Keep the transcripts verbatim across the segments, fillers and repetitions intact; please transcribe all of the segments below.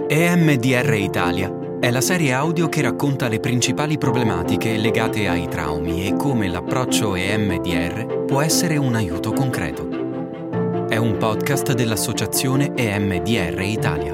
E M D R Italia è la serie audio che racconta le principali problematiche legate ai traumi e come l'approccio E M D R può essere un aiuto concreto. È un podcast dell'associazione E M D R Italia.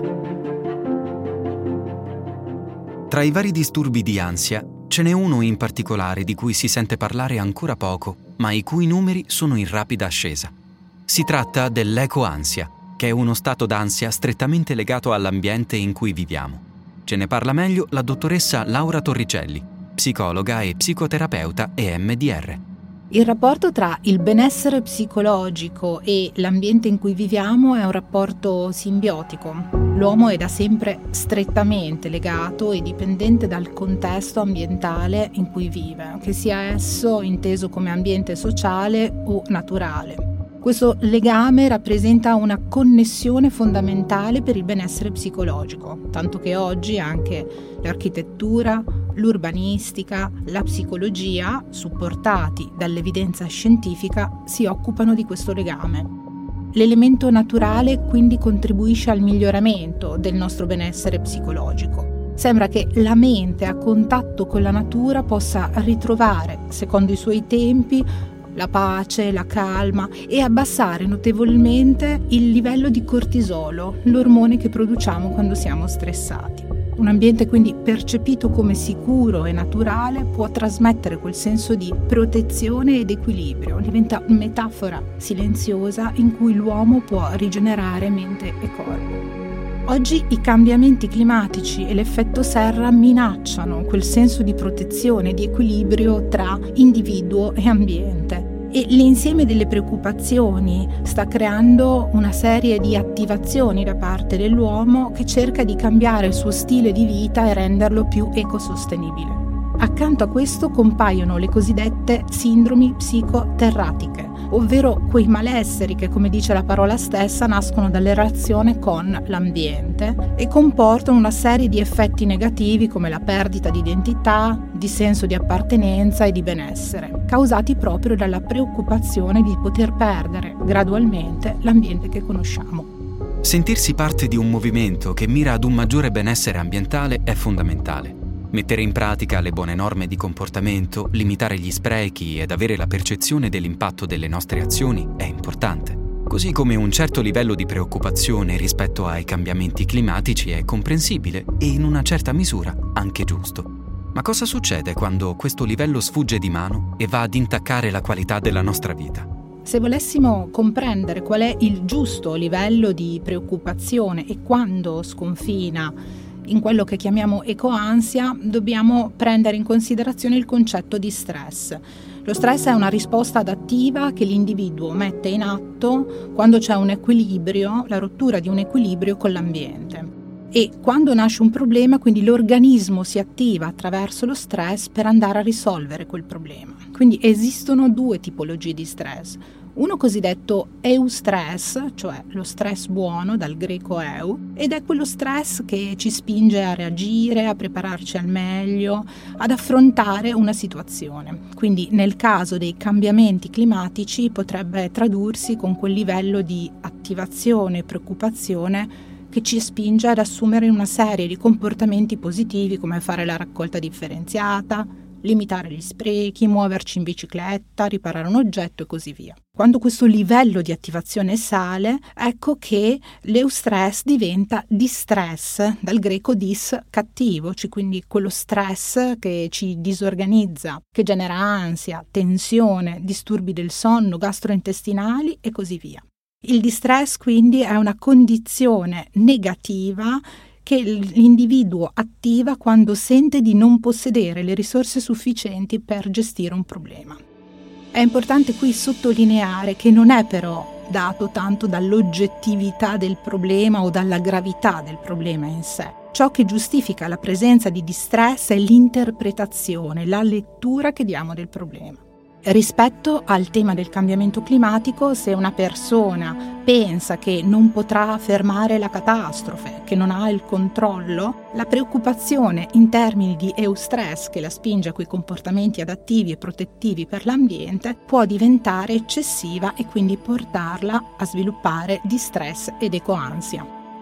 Tra i vari disturbi di ansia, ce n'è uno in particolare di cui si sente parlare ancora poco, ma i cui numeri sono in rapida ascesa. Si tratta dell'ecoansia, che è uno stato d'ansia strettamente legato all'ambiente in cui viviamo. Ce ne parla meglio la dottoressa Laura Torricelli, psicologa e psicoterapeuta E M D R. Il rapporto tra il benessere psicologico e l'ambiente in cui viviamo è un rapporto simbiotico. L'uomo è da sempre strettamente legato e dipendente dal contesto ambientale in cui vive, che sia esso inteso come ambiente sociale o naturale. Questo legame rappresenta una connessione fondamentale per il benessere psicologico, tanto che oggi anche l'architettura, l'urbanistica, la psicologia, supportati dall'evidenza scientifica, si occupano di questo legame. L'elemento naturale quindi contribuisce al miglioramento del nostro benessere psicologico. Sembra che la mente a contatto con la natura possa ritrovare, secondo i suoi tempi, la pace, la calma e abbassare notevolmente il livello di cortisolo, l'ormone che produciamo quando siamo stressati. Un ambiente quindi percepito come sicuro e naturale può trasmettere quel senso di protezione ed equilibrio, diventa metafora silenziosa in cui l'uomo può rigenerare mente e corpo. Oggi i cambiamenti climatici e l'effetto serra minacciano quel senso di protezione e di equilibrio tra individuo e ambiente e l'insieme delle preoccupazioni sta creando una serie di attivazioni da parte dell'uomo che cerca di cambiare il suo stile di vita e renderlo più ecosostenibile. Accanto a questo compaiono le cosiddette sindromi psicoterratiche, ovvero quei malesseri che, come dice la parola stessa, nascono dalla relazione con l'ambiente e comportano una serie di effetti negativi come la perdita di identità, di senso di appartenenza e di benessere, causati proprio dalla preoccupazione di poter perdere gradualmente l'ambiente che conosciamo. Sentirsi parte di un movimento che mira ad un maggiore benessere ambientale è fondamentale. Mettere in pratica le buone norme di comportamento, limitare gli sprechi ed avere la percezione dell'impatto delle nostre azioni è importante. Così come un certo livello di preoccupazione rispetto ai cambiamenti climatici è comprensibile e in una certa misura anche giusto. Ma cosa succede quando questo livello sfugge di mano e va ad intaccare la qualità della nostra vita? Se volessimo comprendere qual è il giusto livello di preoccupazione e quando sconfina in quello che chiamiamo ecoansia, dobbiamo prendere in considerazione il concetto di stress. Lo stress è una risposta adattiva che l'individuo mette in atto quando c'è un equilibrio, la rottura di un equilibrio con l'ambiente. E quando nasce un problema, quindi l'organismo si attiva attraverso lo stress per andare a risolvere quel problema. Quindi esistono due tipologie di stress. Uno cosiddetto eustress, cioè lo stress buono, dal greco eu, ed è quello stress che ci spinge a reagire, a prepararci al meglio, ad affrontare una situazione. Quindi nel caso dei cambiamenti climatici potrebbe tradursi con quel livello di attivazione e preoccupazione che ci spinge ad assumere una serie di comportamenti positivi come fare la raccolta differenziata, limitare gli sprechi, muoverci in bicicletta, riparare un oggetto e così via. Quando questo livello di attivazione sale, ecco che l'eustress diventa distress, dal greco dis, cattivo, cioè quindi quello stress che ci disorganizza, che genera ansia, tensione, disturbi del sonno, gastrointestinali e così via. Il distress quindi è una condizione negativa che l'individuo attiva quando sente di non possedere le risorse sufficienti per gestire un problema. È importante qui sottolineare che non è però dato tanto dall'oggettività del problema o dalla gravità del problema in sé. Ciò che giustifica la presenza di distress è l'interpretazione, la lettura che diamo del problema. Rispetto al tema del cambiamento climatico, se una persona pensa che non potrà fermare la catastrofe, che non ha il controllo, la preoccupazione in termini di eustress che la spinge a quei comportamenti adattivi e protettivi per l'ambiente può diventare eccessiva e quindi portarla a sviluppare distress ed ecoansia.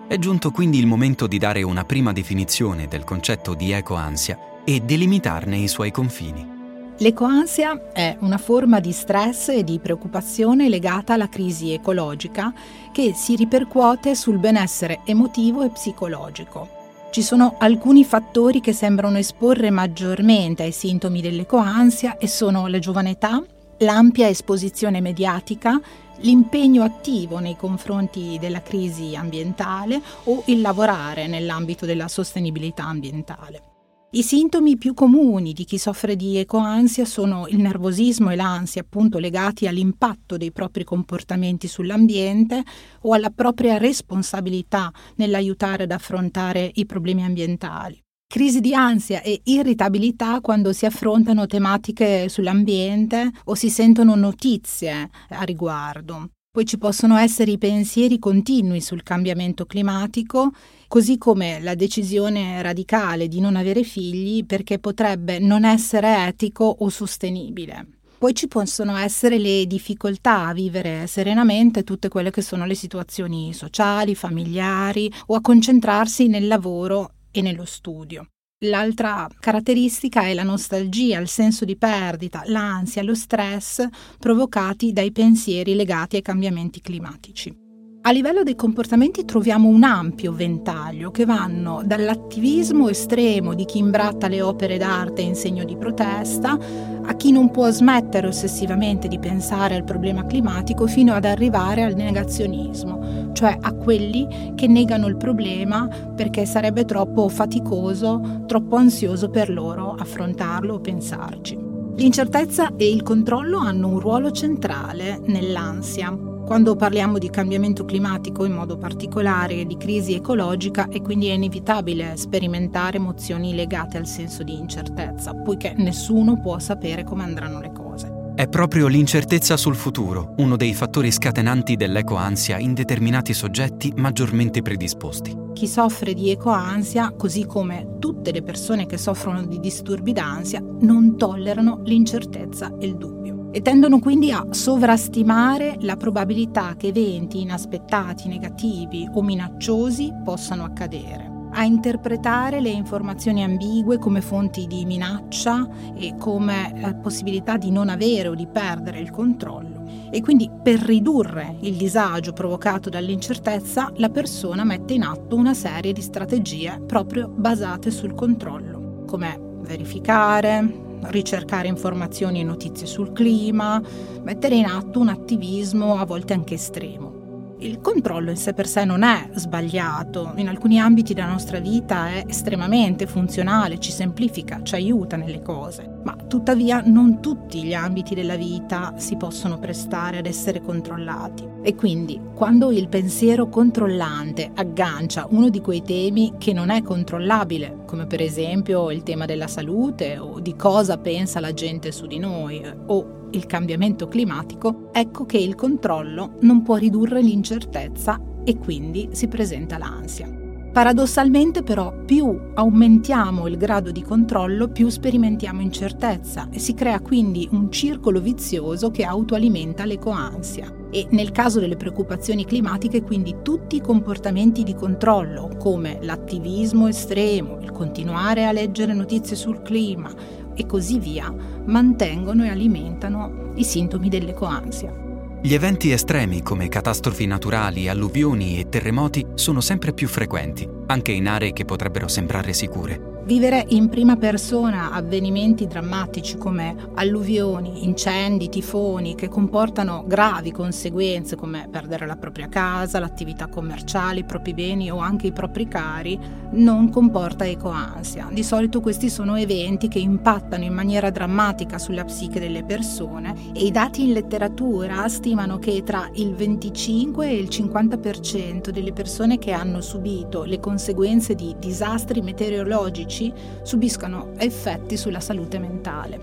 È giunto quindi il momento di dare una prima definizione del concetto di ecoansia e delimitarne i suoi confini. L'ecoansia è una forma di stress e di preoccupazione legata alla crisi ecologica che si ripercuote sul benessere emotivo e psicologico. Ci sono alcuni fattori che sembrano esporre maggiormente ai sintomi dell'ecoansia e sono la giovane età, l'ampia esposizione mediatica, l'impegno attivo nei confronti della crisi ambientale o il lavorare nell'ambito della sostenibilità ambientale. I sintomi più comuni di chi soffre di ecoansia sono il nervosismo e l'ansia, appunto legati all'impatto dei propri comportamenti sull'ambiente o alla propria responsabilità nell'aiutare ad affrontare i problemi ambientali. Crisi di ansia e irritabilità quando si affrontano tematiche sull'ambiente o si sentono notizie a riguardo. Poi ci possono essere i pensieri continui sul cambiamento climatico, così come la decisione radicale di non avere figli perché potrebbe non essere etico o sostenibile. Poi ci possono essere le difficoltà a vivere serenamente tutte quelle che sono le situazioni sociali, familiari o a concentrarsi nel lavoro e nello studio. L'altra caratteristica è la nostalgia, il senso di perdita, l'ansia, lo stress provocati dai pensieri legati ai cambiamenti climatici. A livello dei comportamenti troviamo un ampio ventaglio che vanno dall'attivismo estremo di chi imbratta le opere d'arte in segno di protesta a chi non può smettere ossessivamente di pensare al problema climatico fino ad arrivare al negazionismo, cioè a quelli che negano il problema perché sarebbe troppo faticoso, troppo ansioso per loro affrontarlo o pensarci. L'incertezza e il controllo hanno un ruolo centrale nell'ansia. Quando parliamo di cambiamento climatico, in modo particolare di crisi ecologica, e quindi è inevitabile sperimentare emozioni legate al senso di incertezza, poiché nessuno può sapere come andranno le cose. È proprio l'incertezza sul futuro uno dei fattori scatenanti dell'ecoansia in determinati soggetti maggiormente predisposti. Chi soffre di ecoansia, così come tutte le persone che soffrono di disturbi d'ansia, non tollerano l'incertezza e il dubbio e tendono quindi a sovrastimare la probabilità che eventi inaspettati, negativi o minacciosi possano accadere, a interpretare le informazioni ambigue come fonti di minaccia e come la possibilità di non avere o di perdere il controllo. E quindi per ridurre il disagio provocato dall'incertezza, la persona mette in atto una serie di strategie proprio basate sul controllo, come verificare, ricercare informazioni e notizie sul clima, mettere in atto un attivismo a volte anche estremo. Il controllo in sé per sé non è sbagliato, in alcuni ambiti della nostra vita è estremamente funzionale, ci semplifica, ci aiuta nelle cose, ma tuttavia non tutti gli ambiti della vita si possono prestare ad essere controllati. E quindi, quando il pensiero controllante aggancia uno di quei temi che non è controllabile, come per esempio il tema della salute o di cosa pensa la gente su di noi, o il cambiamento climatico, ecco che il controllo non può ridurre l'incertezza e quindi si presenta l'ansia. Paradossalmente però più aumentiamo il grado di controllo, più sperimentiamo incertezza e si crea quindi un circolo vizioso che autoalimenta l'ecoansia. E nel caso delle preoccupazioni climatiche quindi tutti i comportamenti di controllo come l'attivismo estremo, il continuare a leggere notizie sul clima e così via mantengono e alimentano i sintomi dell'ecoansia. Gli eventi estremi come catastrofi naturali, alluvioni e terremoti sono sempre più frequenti, anche in aree che potrebbero sembrare sicure. Vivere in prima persona avvenimenti drammatici come alluvioni, incendi, tifoni che comportano gravi conseguenze come perdere la propria casa, l'attività commerciale, i propri beni o anche i propri cari non comporta ecoansia. Di solito questi sono eventi che impattano in maniera drammatica sulla psiche delle persone e i dati in letteratura stimano che tra il venticinque e il cinquanta per cento delle persone che hanno subito le conseguenze di disastri meteorologici subiscano effetti sulla salute mentale.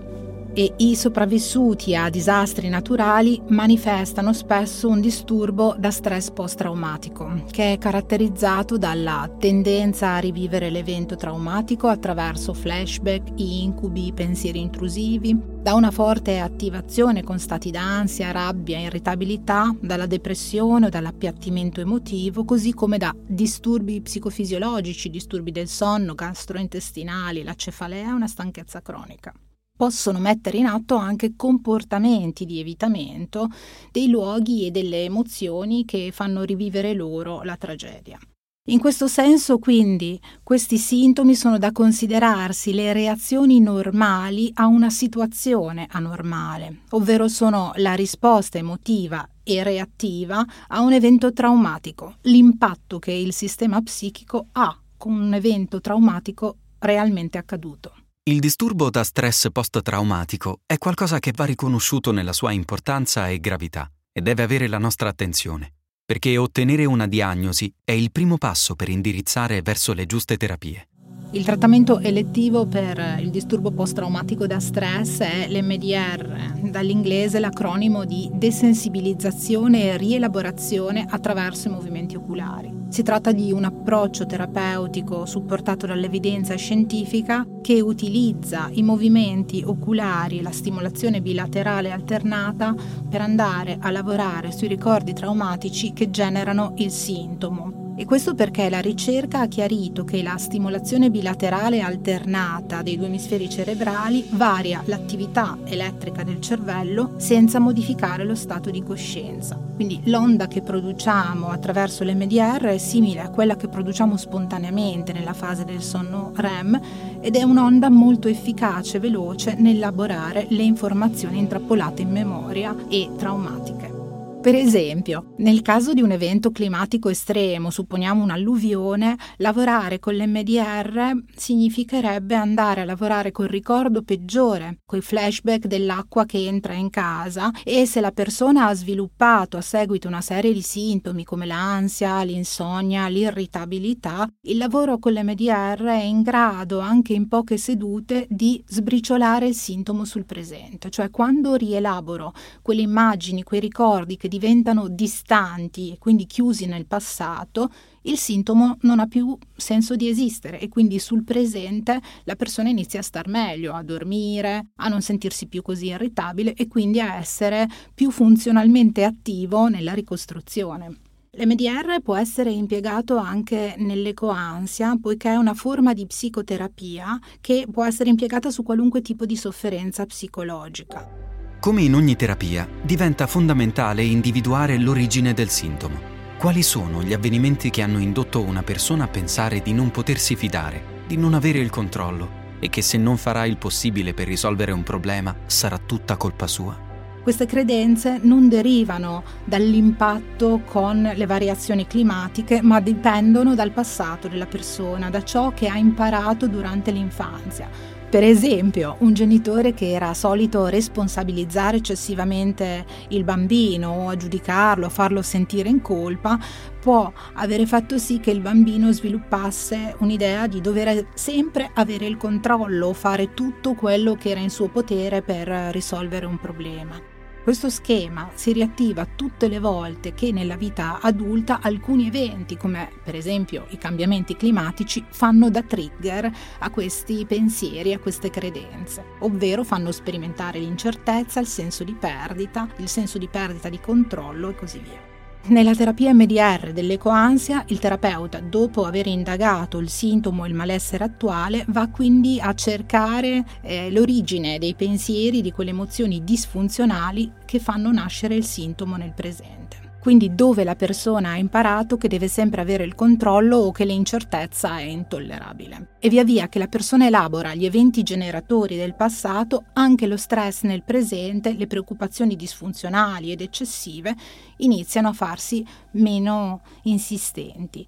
e i sopravvissuti a disastri naturali manifestano spesso un disturbo da stress post-traumatico, che è caratterizzato dalla tendenza a rivivere l'evento traumatico attraverso flashback, incubi, pensieri intrusivi, da una forte attivazione con stati d'ansia, rabbia, irritabilità, dalla depressione o dall'appiattimento emotivo, così come da disturbi psicofisiologici, disturbi del sonno, gastrointestinali, la cefalea e una stanchezza cronica. Possono mettere in atto anche comportamenti di evitamento dei luoghi e delle emozioni che fanno rivivere loro la tragedia. In questo senso, quindi, questi sintomi sono da considerarsi le reazioni normali a una situazione anormale, ovvero sono la risposta emotiva e reattiva a un evento traumatico, l'impatto che il sistema psichico ha con un evento traumatico realmente accaduto. Il disturbo da stress post-traumatico è qualcosa che va riconosciuto nella sua importanza e gravità e deve avere la nostra attenzione, perché ottenere una diagnosi è il primo passo per indirizzare verso le giuste terapie. Il trattamento elettivo per il disturbo post-traumatico da stress è l'M D R, dall'inglese l'acronimo di desensibilizzazione e rielaborazione attraverso i movimenti oculari. Si tratta di un approccio terapeutico supportato dall'evidenza scientifica che utilizza i movimenti oculari e la stimolazione bilaterale alternata per andare a lavorare sui ricordi traumatici che generano il sintomo. E questo perché la ricerca ha chiarito che la stimolazione bilaterale alternata dei due emisferi cerebrali varia l'attività elettrica del cervello senza modificare lo stato di coscienza. Quindi l'onda che produciamo attraverso l'M D R è simile a quella che produciamo spontaneamente nella fase del sonno R E M ed è un'onda molto efficace e veloce nell'elaborare le informazioni intrappolate in memoria e traumatiche. Per esempio, nel caso di un evento climatico estremo, supponiamo un'alluvione, lavorare con l'M D R significherebbe andare a lavorare col ricordo peggiore, coi flashback dell'acqua che entra in casa, e se la persona ha sviluppato a seguito una serie di sintomi come l'ansia, l'insonnia, l'irritabilità, il lavoro con l'M D R è in grado, anche in poche sedute, di sbriciolare il sintomo sul presente. Cioè, quando rielaboro quelle immagini, quei ricordi che diventano distanti e quindi chiusi nel passato, il sintomo non ha più senso di esistere e quindi sul presente la persona inizia a star meglio, a dormire, a non sentirsi più così irritabile e quindi a essere più funzionalmente attivo nella ricostruzione. L'M D R può essere impiegato anche nell'ecoansia, poiché è una forma di psicoterapia che può essere impiegata su qualunque tipo di sofferenza psicologica. Come in ogni terapia, diventa fondamentale individuare l'origine del sintomo. Quali sono gli avvenimenti che hanno indotto una persona a pensare di non potersi fidare, di non avere il controllo e che se non farà il possibile per risolvere un problema sarà tutta colpa sua? Queste credenze non derivano dall'impatto con le variazioni climatiche, ma dipendono dal passato della persona, da ciò che ha imparato durante l'infanzia. Per esempio, un genitore che era solito responsabilizzare eccessivamente il bambino o a giudicarlo, a farlo sentire in colpa, può avere fatto sì che il bambino sviluppasse un'idea di dover sempre avere il controllo, fare tutto quello che era in suo potere per risolvere un problema. Questo schema si riattiva tutte le volte che nella vita adulta alcuni eventi, come per esempio i cambiamenti climatici, fanno da trigger a questi pensieri, a queste credenze, ovvero fanno sperimentare l'incertezza, il senso di perdita, il senso di perdita di controllo e così via. Nella terapia M D R dell'ecoansia, il terapeuta, dopo aver indagato il sintomo e il malessere attuale, va quindi a cercare eh, l'origine dei pensieri, di quelle emozioni disfunzionali che fanno nascere il sintomo nel presente. Quindi dove la persona ha imparato che deve sempre avere il controllo o che l'incertezza è intollerabile. E via via che la persona elabora gli eventi generatori del passato, anche lo stress nel presente, le preoccupazioni disfunzionali ed eccessive iniziano a farsi meno insistenti.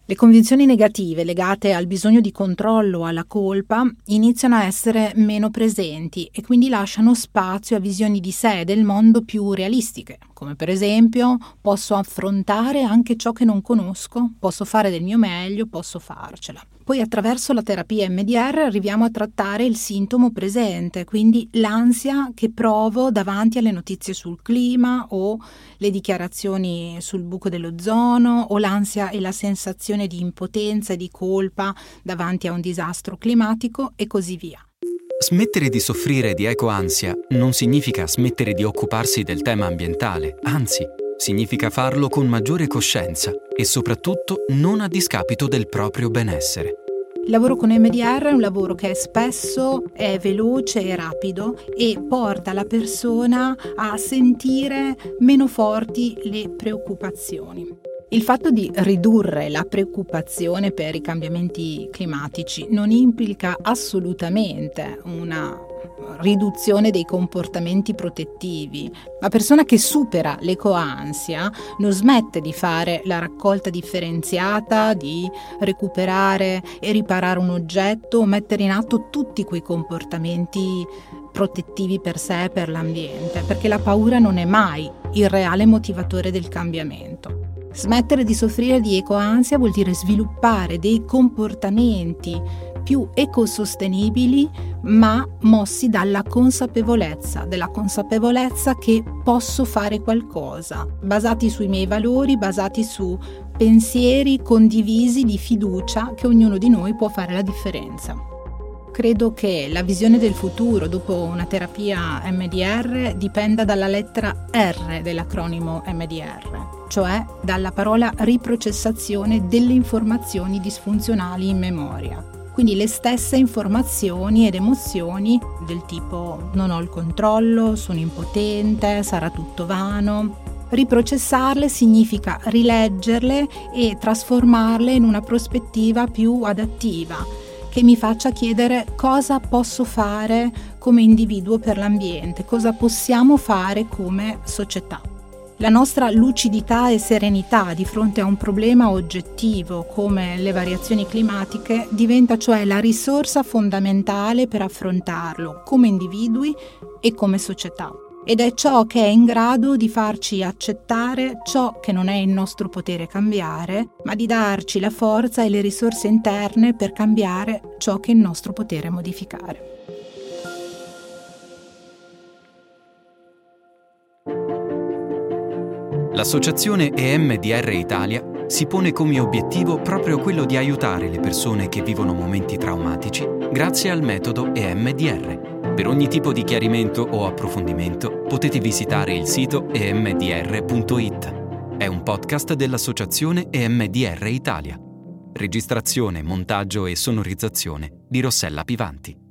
Le convinzioni negative legate al bisogno di controllo o alla colpa iniziano a essere meno presenti e quindi lasciano spazio a visioni di sé e del mondo più realistiche, come per esempio posso affrontare anche ciò che non conosco, posso fare del mio meglio, posso farcela. Poi attraverso la terapia M D R arriviamo a trattare il sintomo presente, quindi l'ansia che provo davanti alle notizie sul clima o le dichiarazioni sul buco dell'ozono o l'ansia e la sensazione di impotenza e di colpa davanti a un disastro climatico e così via. Smettere di soffrire di ecoansia non significa smettere di occuparsi del tema ambientale, anzi, significa farlo con maggiore coscienza e soprattutto non a discapito del proprio benessere. Il lavoro con M D R è un lavoro che spesso è veloce e rapido e porta la persona a sentire meno forti le preoccupazioni. Il fatto di ridurre la preoccupazione per i cambiamenti climatici non implica assolutamente una riduzione dei comportamenti protettivi. La persona che supera l'ecoansia non smette di fare la raccolta differenziata, di recuperare e riparare un oggetto o mettere in atto tutti quei comportamenti protettivi per sé e per l'ambiente, perché la paura non è mai il reale motivatore del cambiamento. Smettere di soffrire di ecoansia vuol dire sviluppare dei comportamenti più ecosostenibili, ma mossi dalla consapevolezza, della consapevolezza che posso fare qualcosa, basati sui miei valori, basati su pensieri condivisi di fiducia che ognuno di noi può fare la differenza. Credo che la visione del futuro dopo una terapia M D R dipenda dalla lettera R dell'acronimo M D R, cioè dalla parola riprocessazione delle informazioni disfunzionali in memoria. Quindi le stesse informazioni ed emozioni del tipo non ho il controllo, sono impotente, sarà tutto vano. Riprocessarle significa rileggerle e trasformarle in una prospettiva più adattiva, che mi faccia chiedere cosa posso fare come individuo per l'ambiente, cosa possiamo fare come società. La nostra lucidità e serenità di fronte a un problema oggettivo come le variazioni climatiche diventa cioè la risorsa fondamentale per affrontarlo come individui e come società. Ed è ciò che è in grado di farci accettare ciò che non è in nostro potere cambiare, ma di darci la forza e le risorse interne per cambiare ciò che è in nostro potere modificare. L'associazione E M D R Italia si pone come obiettivo proprio quello di aiutare le persone che vivono momenti traumatici grazie al metodo E M D R. Per ogni tipo di chiarimento o approfondimento potete visitare il sito e m d r punto i t. È un podcast dell'associazione E M D R Italia. Registrazione, montaggio e sonorizzazione di Rossella Pivanti.